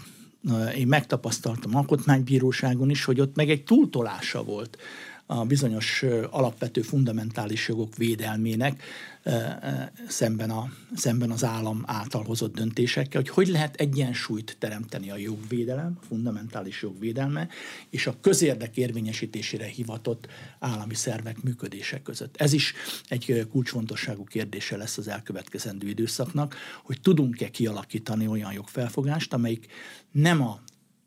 én megtapasztaltam alkotmánybíróságon is, hogy ott meg egy túltolása volt a bizonyos alapvető fundamentális jogok védelmének szemben, a, szemben az állam által hozott döntésekkel, hogy hogy lehet egyensúlyt teremteni a jogvédelem, a fundamentális jogvédelme és a közérdek érvényesítésére hivatott állami szervek működése között. Ez is egy kulcsfontosságú kérdése lesz az elkövetkezendő időszaknak, hogy tudunk-e kialakítani olyan jogfelfogást, amelyik nem a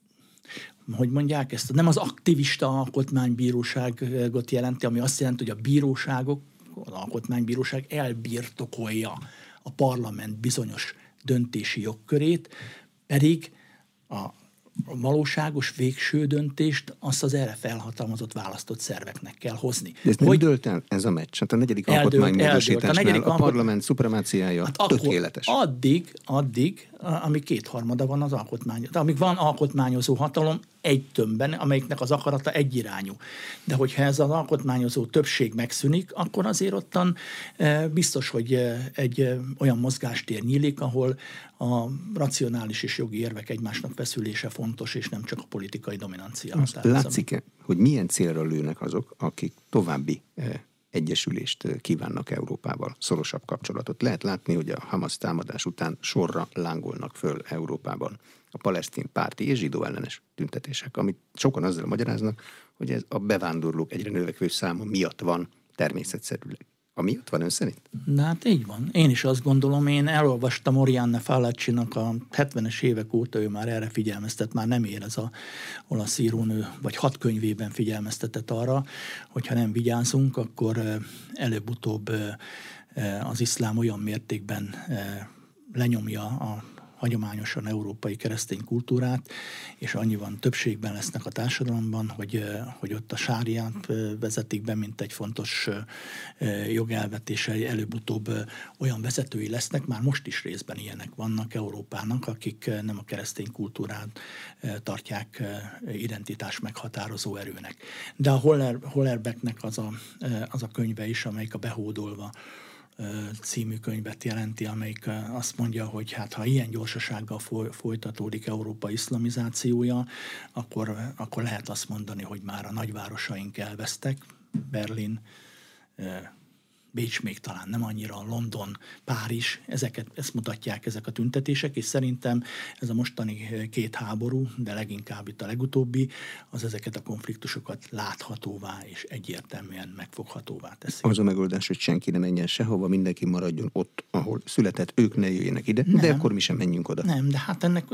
hogy mondják ezt, nem az aktivista alkotmánybíróságot jelenti, ami azt jelenti, hogy a bíróságok, az alkotmánybíróság elbirtokolja a parlament bizonyos döntési jogkörét, pedig a valóságos végső döntést azt az erre felhatalmazott választott szerveknek kell hozni. De ez nem hogy dőlt el ez a meccs? Hát a negyedik alkotmánymódosításnál a, a parlament szupremáciája hát tökéletes. Addig, addig, amíg kétharmada van az alkotmány, amíg van alkotmányozó hatalom egy tömbben, amelyiknek az akarata egyirányú. De hogyha ez az alkotmányozó többség megszűnik, akkor azért ottan biztos, hogy egy olyan mozgástér nyílik, ahol a racionális és jogi érvek egymásnak feszülése fontos, és nem csak a politikai dominancia. Látszik-e, hogy milyen célra lőnek azok, akik további egyesülést kívánnak Európával, szorosabb kapcsolatot? Lehet látni, hogy a Hamas támadás után sorra lángolnak föl Európában a palesztin párti és zsidó ellenes tüntetések, amit sokan azzal magyaráznak, hogy ez a bevándorlók egyre növekvő száma miatt van természetszerűleg. Amiatt van ön szerint? Na hát így van. Én is azt gondolom, én elolvastam Oriana Fallacinak a hetvenes évek óta, ő már erre figyelmeztet, már nem ér ez a olasz írónő, vagy hat könyvében figyelmeztetett arra, hogyha nem vigyázunk, akkor előbb-utóbb az iszlám olyan mértékben lenyomja a hagyományosan európai keresztény kultúrát, és annyiban többségben lesznek a társadalomban, hogy, hogy ott a sáriát vezetik be, mint egy fontos jogelvet, és előbb-utóbb olyan vezetői lesznek, már most is részben ilyenek vannak Európának, akik nem a keresztény kultúrát tartják identitás meghatározó erőnek. De a Holler, Hollerbecknek az a, az a könyve is, amelyik a Behódolva című könyvet jelenti, amelyik azt mondja, hogy hát ha ilyen gyorsasággal folytatódik Európa iszlamizációja, akkor, akkor lehet azt mondani, hogy már a nagyvárosaink elvesztek, Berlin, Bécs még talán nem annyira, London, Párizs, ezeket, ezt mutatják ezek a tüntetések, és szerintem ez a mostani két háború, de leginkább itt a legutóbbi, az ezeket a konfliktusokat láthatóvá és egyértelműen megfoghatóvá teszi. Az a megoldás, hogy senki ne menjen sehova, mindenki maradjon ott, ahol született, ők ne jöjjenek ide, nem, de akkor mi sem menjünk oda. Nem, de hát ennek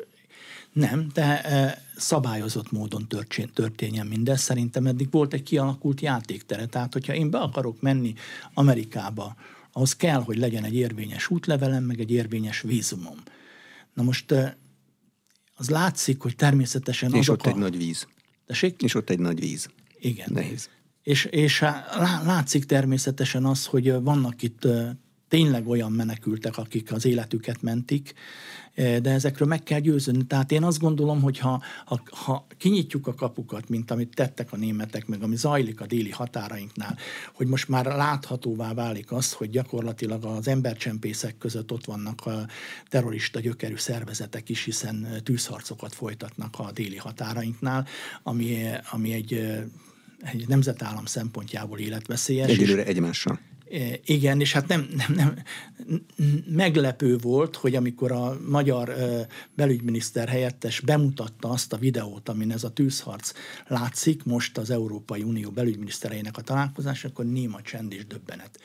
nem, de e, szabályozott módon történ, történjen mindez. Szerintem eddig volt egy kialakult játéktere. Tehát, hogyha én be akarok menni Amerikába, ahhoz kell, hogy legyen egy érvényes útlevelem, meg egy érvényes vízumom. Na most e, az látszik, hogy természetesen és azok ott egy a... nagy víz. Tessék? És ott egy nagy víz. Igen. Nehéz. És, és látszik természetesen az, hogy vannak itt tényleg olyan menekültek, akik az életüket mentik, de ezekről meg kell győzni. Tehát én azt gondolom, hogy ha, ha, ha kinyitjuk a kapukat, mint amit tettek a németek, meg ami zajlik a déli határainknál, hogy most már láthatóvá válik az, hogy gyakorlatilag az embercsempészek között ott vannak a terrorista gyökerű szervezetek is, hiszen tűzharcokat folytatnak a déli határainknál, ami, ami egy, egy nemzetállam szempontjából életveszélyes. Egyelőre egymással. Igen, és hát nem, nem, nem meglepő volt, hogy amikor a magyar belügyminiszter helyettes bemutatta azt a videót, amin ez a tűzharc látszik, most az Európai Unió belügyminisztereinek a találkozás, akkor néma csend és döbbenet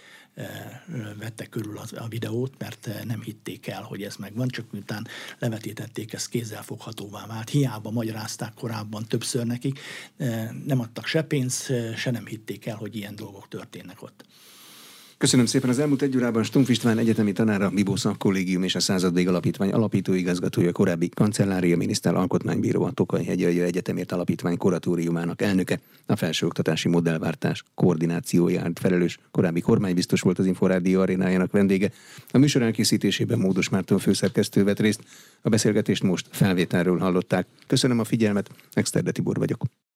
vette körül a videót, mert nem hitték el, hogy ez megvan, csak miután levetítették, ez kézzelfoghatóvá vált. Hiába magyarázták korábban többször nekik, nem adtak se pénzt, se nem hitték el, hogy ilyen dolgok történnek ott. Köszönöm szépen. Az elmúlt egy órában Stumpf István egyetemi tanára, Bibó Szakkollégium és a Századvég Alapítvány alapítóigazgatója, korábbi kancellária miniszter, alkotmánybíró, a Tokaj-Hegyalja Egyetemért Alapítvány kuratóriumának elnöke, a felsőoktatási modellváltás koordinációjáért felelős korábbi kormánybiztos volt az Inforádió arénájának vendége. A műsor elkészítésében Módos Márton főszerkesztő vett részt. A beszélgetést most felvételről hallották. Köszönöm a figyelmet, Exterde Tibor vagyok.